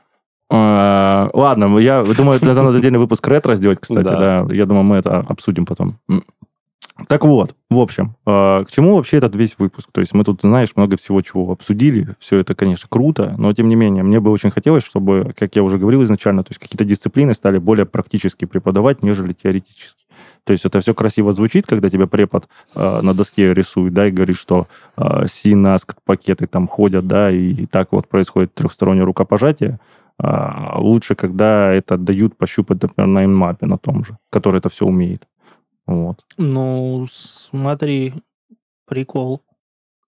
А, Ладно, я думаю, это надо отдельный выпуск ретро сделать, кстати, Да. да. Я думаю, мы это обсудим потом. М. Так вот, в общем, э, к чему вообще этот весь выпуск? То есть мы тут, знаешь, много всего чего обсудили. Все это, конечно, круто, но тем не менее, мне бы очень хотелось, чтобы, как я уже говорил изначально, то есть какие-то дисциплины стали более практически преподавать, нежели теоретически. То есть это все красиво звучит, когда тебе препод э, на доске рисует, да, и говорит, что э, си наск пакеты там ходят, да, и, и так вот происходит трехстороннее рукопожатие. А, лучше, когда это дают пощупать, например, на инмапе на том же, который это все умеет. Вот. Ну, смотри, прикол.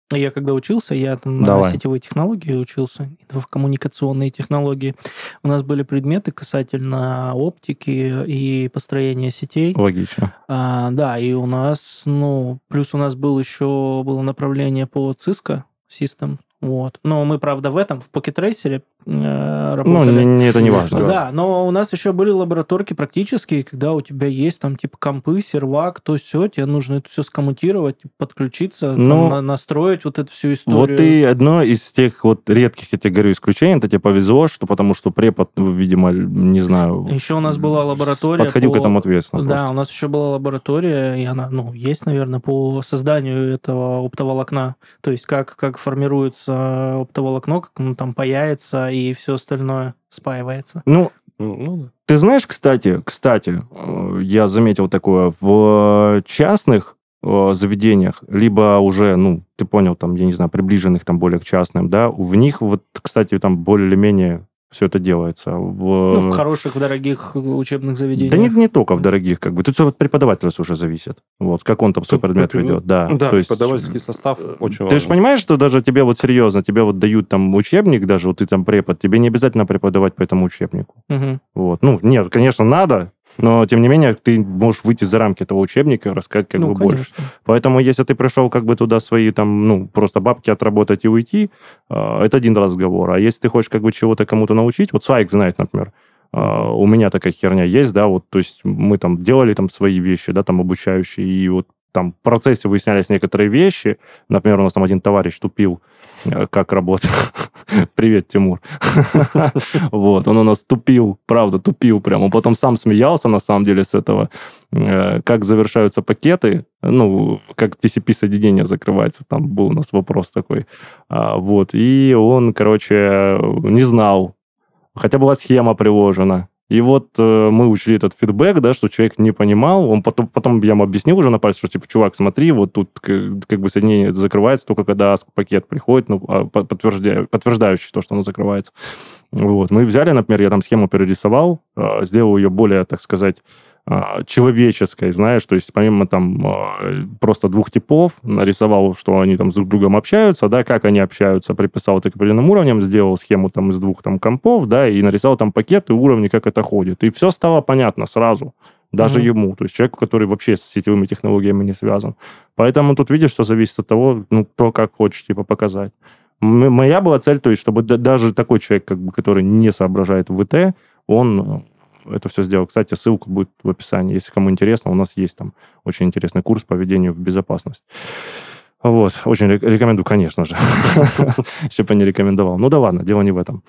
Я когда учился, я там на Давай. сетевой технологии учился, в коммуникационные технологии. У нас были предметы касательно оптики и построения сетей. Логично. А, да, и у нас, ну, плюс у нас был еще было направление по Cisco System. Вот. Но мы, правда, в этом, в Pocket Tracer э, работали. Ну, не, не, это не важно. Да, но у нас еще были лабораторки практические, когда у тебя есть там типа компы, сервак, то все, тебе нужно это все скоммутировать, подключиться, Но... там, на, настроить вот эту всю историю. Вот и одно из тех вот редких, я тебе говорю, исключений, это тебе повезло, что потому что препод, видимо, не знаю... Еще у нас была лаборатория Подходил по... к этому ответственно. Да, просто. у нас еще была лаборатория, и она, ну, есть, наверное, по созданию этого оптоволокна. То есть как, как формируется оптоволокно, как оно там паяется, и все остальное спаивается. Ну, Ну, да. ты знаешь, кстати, кстати, я заметил такое, в частных заведениях, либо уже, ну, ты понял, там, я не знаю, приближенных там более к частным, да, в них вот, кстати, там более или менее все это делается. В... Ну, в хороших, в дорогих учебных заведениях. Да не, не только в дорогих, как бы. Тут все от преподавателя уже зависит. Вот, как он там свой Тут предмет препод- ведет. Да, Да, то есть, преподавательский состав очень важен. ты же понимаешь, что даже тебе вот серьезно, тебе вот дают там учебник, даже вот ты там препод, тебе не обязательно преподавать по этому учебнику. Угу. Вот. Ну, нет, конечно, надо, но, тем не менее, ты можешь выйти за рамки этого учебника и рассказать как ну, бы конечно. больше. Поэтому, если ты пришел как бы туда свои там, ну, просто бабки отработать и уйти, э, это один разговор. А если ты хочешь как бы чего-то кому-то научить, вот Сайк знает, например, э, у меня такая херня есть, да, вот, то есть мы там делали там свои вещи, да, там обучающие, и вот там в процессе выяснялись некоторые вещи. Например, у нас там один товарищ тупил, как работает. Привет, Тимур. Вот, он у нас тупил, правда, тупил прям. Он потом сам смеялся, на самом деле, с этого, как завершаются пакеты, ну, как ти си пи-соединение закрывается. Там был у нас вопрос такой. Вот, и он, короче, не знал, хотя была схема приложена. И вот э, мы учли этот фидбэк, да, что человек не понимал. Он потом, потом я ему объяснил уже на пальце, что, типа, чувак, смотри, вот тут как, как бы соединение закрывается только когда пакет приходит, ну, подтверждая, подтверждающий то, что оно закрывается. Вот. Мы взяли, например, я там схему перерисовал, э, сделал ее более, так сказать, э, человеческой, знаешь, то есть помимо там э, просто двух типов, нарисовал, что они там с друг другом общаются, да, как они общаются, приписал это к определенным уровням, сделал схему там из двух там компов, да, и нарисовал там пакеты, уровни, как это ходит. И все стало понятно сразу, даже mm-hmm. ему, то есть человеку, который вообще с сетевыми технологиями не связан. Поэтому тут видишь, что зависит от того, ну, кто как хочет, типа, показать. М- моя была цель, то есть, чтобы д- даже такой человек, как бы, который не соображает в ИТ, он это все сделал. Кстати, ссылка будет в описании. Если кому интересно, у нас есть там очень интересный курс по введению в безопасность. Вот. Очень рекомендую, конечно же. Если бы я не рекомендовал. Ну да ладно, дело не в этом.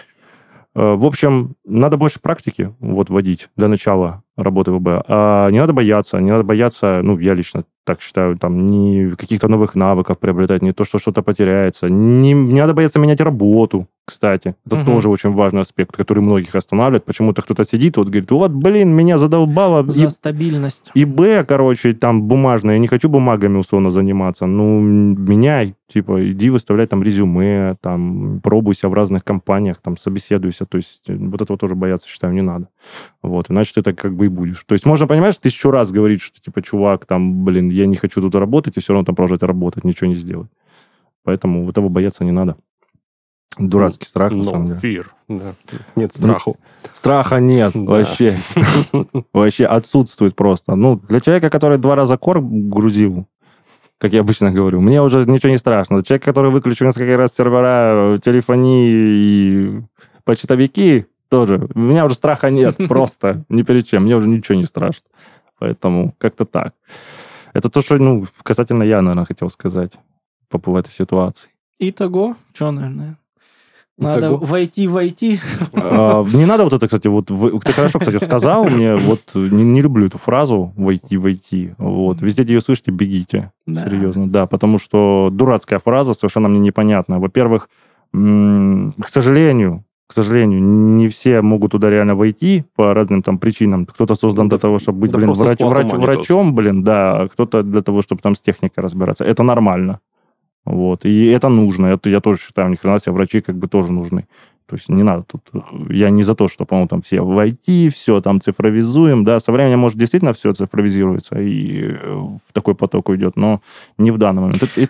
В общем, надо больше практики вот вводить для начала работы в ВБ. А не надо бояться, не надо бояться, ну, я лично так считаю, там, не каких-то новых навыков приобретать, не то, что что-то потеряется. Не, не надо бояться менять работу, кстати. Это угу. тоже очень важный аспект, который многих останавливает. Почему-то кто-то сидит, вот говорит, вот, блин, меня задолбало. За и, стабильность. И Б, короче, там, бумажное, я не хочу бумагами условно заниматься. Ну, меняй, типа, иди выставлять там резюме, там, пробуйся в разных компаниях, там, собеседуйся. То есть вот этого тоже бояться, считаю, не надо. Вот, иначе ты так как бы и будешь. То есть можно, понимаешь, тысячу раз говорить, что, типа, чувак, там, блин, я не хочу тут работать, и все равно там продолжать работать, ничего не сделать. Поэтому этого бояться не надо. Дурацкий страх, на No самом деле. fear. Да. Нет страху. Страха нет, Да. вообще. Вообще отсутствует просто. Ну, для человека, который два раза кор грузил, как я обычно говорю, мне уже ничего не страшно. Человек, который выключил несколько раз сервера, телефонии и почтовики, тоже. У меня уже страха нет, просто ни перед чем. Мне уже ничего не страшно. Поэтому как-то так. Это то, что, ну, касательно я, наверное, хотел сказать по поводу этой ситуации. Итого, что, наверное, надо Итого? войти, войти. А, не надо вот это, кстати, вот вы- ты хорошо, кстати, сказал мне, вот не, не люблю эту фразу «войти, войти». Вот. Везде, где ее слышите, бегите. Да. Серьезно, да, потому что дурацкая фраза, совершенно мне непонятна. Во-первых, м, к сожалению, к сожалению, не все могут туда реально войти по разным там причинам. Кто-то создан для того, чтобы быть, Да блин, просто врач- сплошь врач- ума не врачом, блин, да, а кто-то для того, чтобы там с техникой разбираться. Это нормально. Вот. И это нужно. Это я тоже считаю, ни хрена себе врачи как бы тоже нужны. То есть не надо тут... Я не за то, что, по-моему, там все войти, все там цифровизуем, да. Со временем, может, действительно все цифровизируется и в такой поток уйдет, но не в данный момент. Это и то.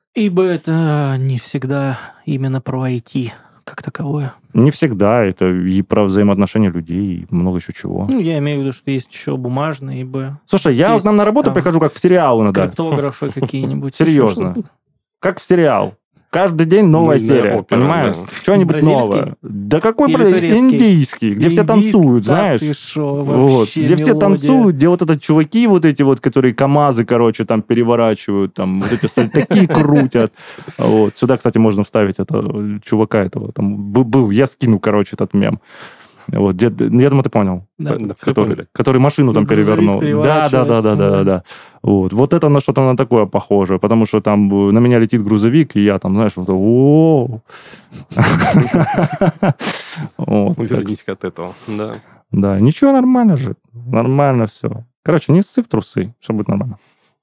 Ибо это не всегда именно про ай ти как таковое. Не всегда. Это и про взаимоотношения людей, и много еще чего. Ну, я имею в виду, что есть еще бумажные, ибо... Слушай, я вот есть нам на работу там прихожу, как в сериал иногда. Криптографы какие-нибудь. Серьезно. Как в сериал. Каждый день новая Мыльная серия, опера, понимаешь? да. Что-нибудь Бразильский? новое. Да какой, Или блядь, турецкий? индийский, где все Индийский, танцуют, да знаешь? ты шо, Вот. вообще Где все мелодия. танцуют, где вот этот чуваки вот эти вот, которые КамАЗы, короче, там переворачивают, там вот эти сальтаки крутят. Вот. Сюда, кстати, можно вставить этого чувака этого. Там был, был, я скину, короче, этот мем. Вот, где, я думаю, ты понял. Да. Да, все Который, поняли. который машину там Грузовик перевернул. Да, да, да, да, да, да, да. Вот. Вот это на что-то на такое похоже, потому что там на меня летит грузовик, и я там, знаешь, вот о Вернись от этого, да. Да, ничего, нормально же. Нормально все. Короче, не ссы в трусы, все будет нормально.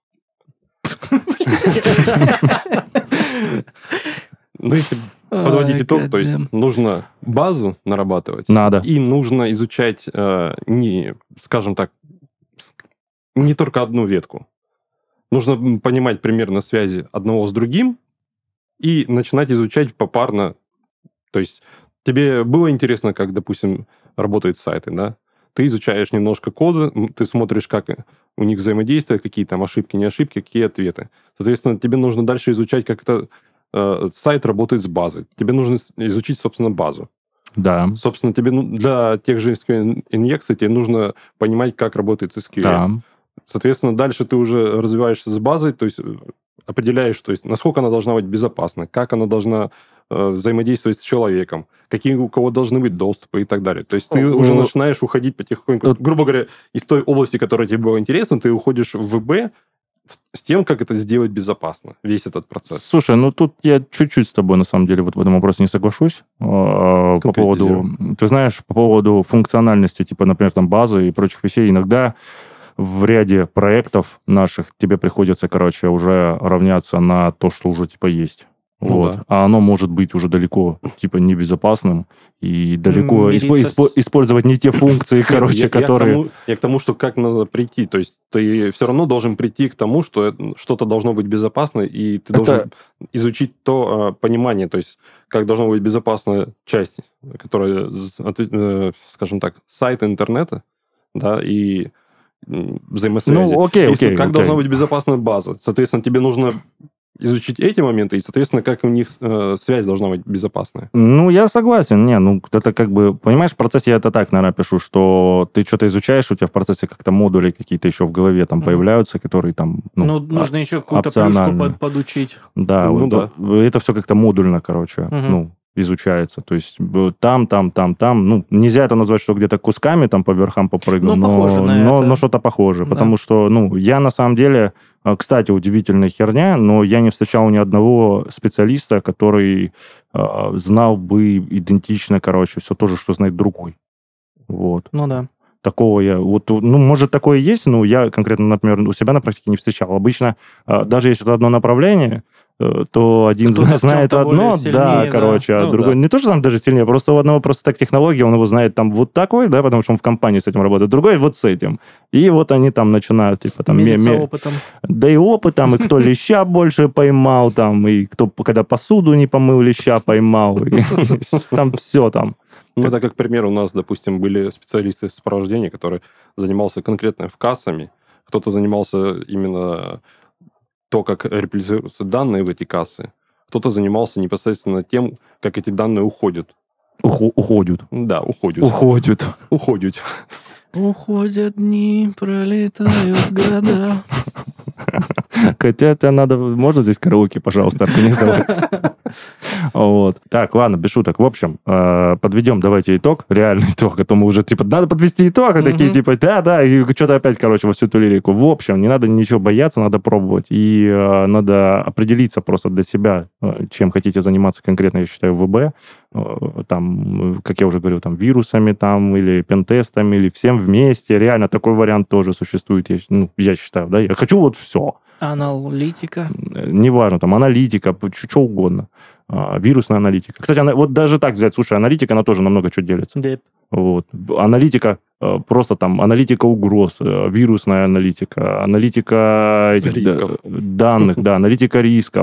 Ну, если подводить итог, то есть нужно базу нарабатывать. Надо. И нужно изучать э, не, скажем так, не только одну ветку. Нужно понимать примерно связи одного с другим и начинать изучать попарно. То есть тебе было интересно, как, допустим, работают сайты, да? Ты изучаешь немножко кода, ты смотришь, как у них взаимодействие, какие там ошибки, не ошибки, какие ответы. Соответственно, тебе нужно дальше изучать, как это э, сайт работает с базой. Тебе нужно изучить, собственно, базу. Да. Собственно, тебе для тех же эс кью эль-инъекций тебе нужно понимать, как работает эс кью эль. Да. Соответственно, дальше ты уже развиваешься с базой, то есть определяешь, то есть насколько она должна быть безопасна, как она должна э, взаимодействовать с человеком, какие у кого должны быть доступы и так далее. То есть ты О, уже о, начинаешь уходить потихоньку. Грубо говоря, из той области, которая тебе была интересна, ты уходишь в ВБ с тем, как это сделать безопасно, весь этот процесс. Слушай, ну тут я чуть-чуть с тобой, на самом деле, вот в этом вопросе не соглашусь. Э, по поводу, ты знаешь, по поводу функциональности, типа, например, там базы и прочих вещей, иногда в ряде проектов наших тебе приходится, короче, уже равняться на то, что уже, типа, есть. Ну Вот. да. А оно может быть уже далеко, типа, небезопасным и далеко Мириться испо- испо- с- использовать не те функции, короче, я, я которые... к тому, я к тому, что как надо прийти. То есть ты все равно должен прийти к тому, что это- что-то должно быть безопасно, и ты Это- должен изучить то а, понимание, то есть как должна быть безопасная часть, которая, з- отве- э, скажем так, сайт интернета, да, и м, взаимосвязи. Ну, окей, И окей, как окей. должна быть безопасная база. Соответственно, тебе нужно изучить эти моменты, и, соответственно, как у них э, связь должна быть безопасная. Ну, я согласен. Не, ну, это как бы... Понимаешь, в процессе я это так, наверное, пишу, что ты что-то изучаешь, у тебя в процессе как-то модули какие-то еще в голове там Мгм. появляются, которые там... Ну, Ну, нужно а- еще какую-то плюшку опционально. под- подучить. Да, Ну, вот, да. Это все как-то модульно, короче, Мгм. ну, изучается. То есть б- там, там, там, там. Ну, нельзя это назвать, что где-то кусками там по верхам попрыгал, Ну, но, похоже на но, это. но что-то похоже. Да. Потому что, ну, я на самом деле... а, Кстати, удивительная херня, но я не встречал ни одного специалиста, который а, знал бы идентично, короче, все то же, что знает другой. Вот. Ну да. Такого я... Вот, ну, может, такое есть, но я конкретно, например, у себя на практике не встречал. Обычно, а, даже если это одно направление, э, то один Кто-то зна- в знает чем-то одно, более да, сильнее, да. короче, а Ну, другой... да. Не то, что там даже сильнее, просто у одного просто так технология, он его знает там вот такой, да, потому что он в компании с этим работает, другой вот с этим. И вот они там начинают, типа, там... ме- Мериться ме- опытом. Да и опытом, и кто леща больше поймал, там, и кто, когда посуду не помыл, леща поймал, и там все там. Ну, это как пример, у нас, допустим, были специалисты в сопровождении, которые занимался конкретно кассами, кто-то занимался именно то, как реплицируются данные в эти кассы, кто-то занимался непосредственно тем, как эти данные уходят. Ухо- Уходят. Да, уходят. Уходят. Уходят. Уходят дни, пролетают года. Хотя это надо... Можно здесь караоке, пожалуйста, организовать? Вот. Так, ладно, без шуток. В общем, э, подведем давайте итог, реальный итог, а то мы уже, типа, надо подвести итог, а такие, Мгм. типа, да-да, и что-то опять, короче, во всю эту лирику. В общем, не надо ничего бояться, надо пробовать. И э, надо определиться просто для себя, э, чем хотите заниматься конкретно, я считаю, в ВБ. Э, Там, э, как я уже говорил, там, вирусами, там, или пентестами, или всем вместе. Реально такой вариант тоже существует, я, щ- ну, я считаю, да. Я хочу вот все. Аналитика. Неважно, там, аналитика, что угодно. А, вирусная аналитика. Кстати, она, вот даже так взять, слушай, аналитика, она тоже на много чего делится. Деп. Вот. Аналитика, э, просто там, аналитика угроз, э, вирусная аналитика, аналитика этих, Рисков. да, данных, да, аналитика рисков.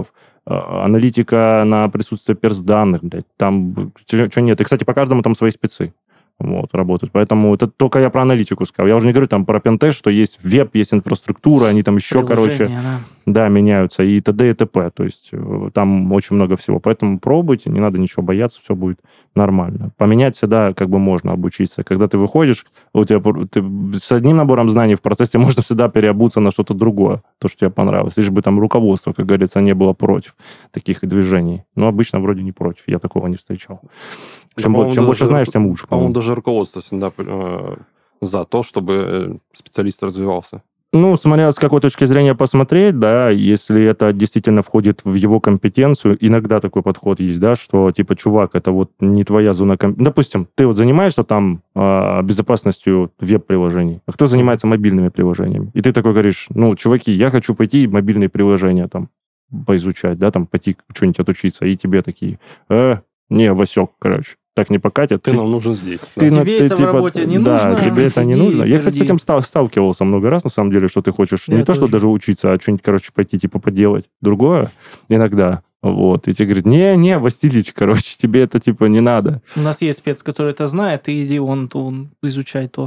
аналитика на присутствие перс-данных, блядь, там что нет. И, кстати, по каждому там свои спецы. Вот, работают. Поэтому это только я про аналитику сказал. Я уже не говорю там про пентест, что есть веб, есть инфраструктура, они там еще, короче, да. да, меняются, и т.д. и т.п. То есть там очень много всего. Поэтому пробуйте, не надо ничего бояться, все будет нормально. Поменять всегда как бы можно обучиться. Когда ты выходишь, у тебя ты, с одним набором знаний в процессе можно всегда переобуться на что-то другое, то, что тебе понравилось. Лишь бы там руководство, как говорится, не было против таких движений. Но обычно вроде не против. Я такого не встречал. Чем, да, больше, чем больше знаешь, тем лучше. По-моему, даже руководство всегда э, за то, чтобы специалист развивался. Ну, смотря с какой точки зрения посмотреть, да, если это действительно входит в его компетенцию, иногда такой подход есть, да, что, типа, чувак, это вот не твоя зона компетенции. Допустим, ты вот занимаешься там э, безопасностью веб-приложений, а кто занимается мобильными приложениями? И ты такой говоришь, ну, чуваки, я хочу пойти мобильные приложения там поизучать, да, там пойти что-нибудь отучиться, и тебе такие, э, не, Васек, короче. Так не покатят. Ты, ты нам нужен здесь. Ты, да. на, Тебе ты, это типа, в работе не да, нужно? тебе это не Иди, нужно. Я, кстати, с перди. этим стал, сталкивался много раз, на самом деле, что ты хочешь Я не то, тоже. что даже учиться, а что-нибудь, короче, пойти, типа, поделать. Другое иногда. Вот. И тебе говорят, не-не, Васильич, короче, тебе это, типа, не надо. У нас есть спец, который это знает, ты иди, он, он изучай то.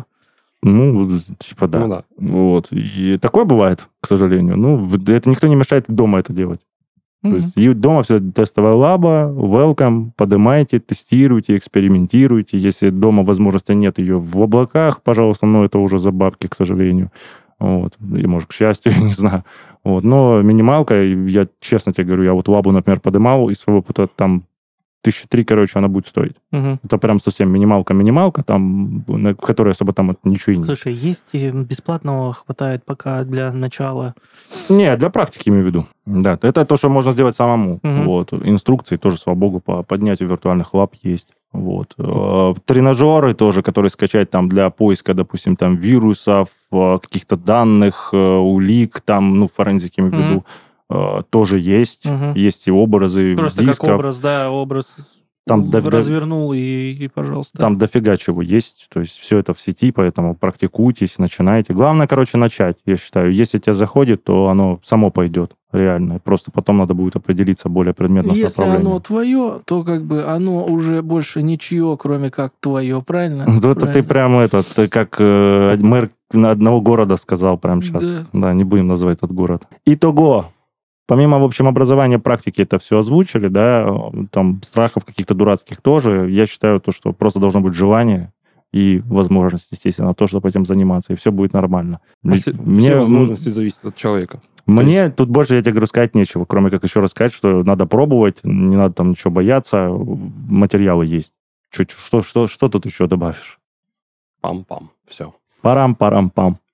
Ну, типа, да. Ну, да. Вот. И такое бывает, к сожалению. Ну, это никто не мешает дома это делать. То Мгм. есть и дома вся тестовая лаба, welcome, поднимайте, тестируйте, экспериментируйте. Если дома возможности нет ее в облаках, пожалуйста, но это уже за бабки, к сожалению. Вот. И, может, к счастью, я не знаю. Вот. Но минималка, я честно тебе говорю, я вот лабу, например, поднимал из своего опыта, там тысячи три, короче, она будет стоить. Мгм. Это прям совсем минималка-минималка, там, на которой особо там ничего и нет. Слушай, есть и бесплатного хватает пока для начала. Не, для практики имею в виду. Да, это то, что можно сделать самому. Мгм. Вот. Инструкции тоже, слава богу, по поднятию виртуальных лаб есть. Вот. Э, Тренажеры тоже, которые скачать там для поиска, допустим, там вирусов, э, каких-то данных, э, улик, там, ну, форензики имею в Мгм. виду, э, тоже есть. Мгм. Есть и образы Просто дисков. как образ, да, образ Там до- до- развернул и, и пожалуйста. Там дофига чего есть, то есть все это в сети, поэтому практикуйтесь, начинайте. Главное, короче, начать, я считаю. Если тебе заходит, то оно само пойдет, реально. Просто потом надо будет определиться более предметно с Если направлением. оно твое, то как бы оно уже больше ничье, кроме как твое, правильно? Вот это ты Правильно. прям этот, ты как э, мэр одного города сказал прямо сейчас. Да. Да, не будем называть этот город. Итого. Помимо, в общем, образования, практики это все озвучили, да, там страхов каких-то дурацких тоже. Я считаю, то, что просто должно быть желание и возможность, естественно, на то, чтобы этим заниматься, и все будет нормально. А все Мне, возможности зависят от человека. мне тут больше, я тебе говорю, сказать нечего, кроме как еще раз сказать, что надо пробовать, не надо там ничего бояться, материалы есть. Чё- Что, что, что тут еще добавишь? Пам-пам. Все. Парам-парам-пам.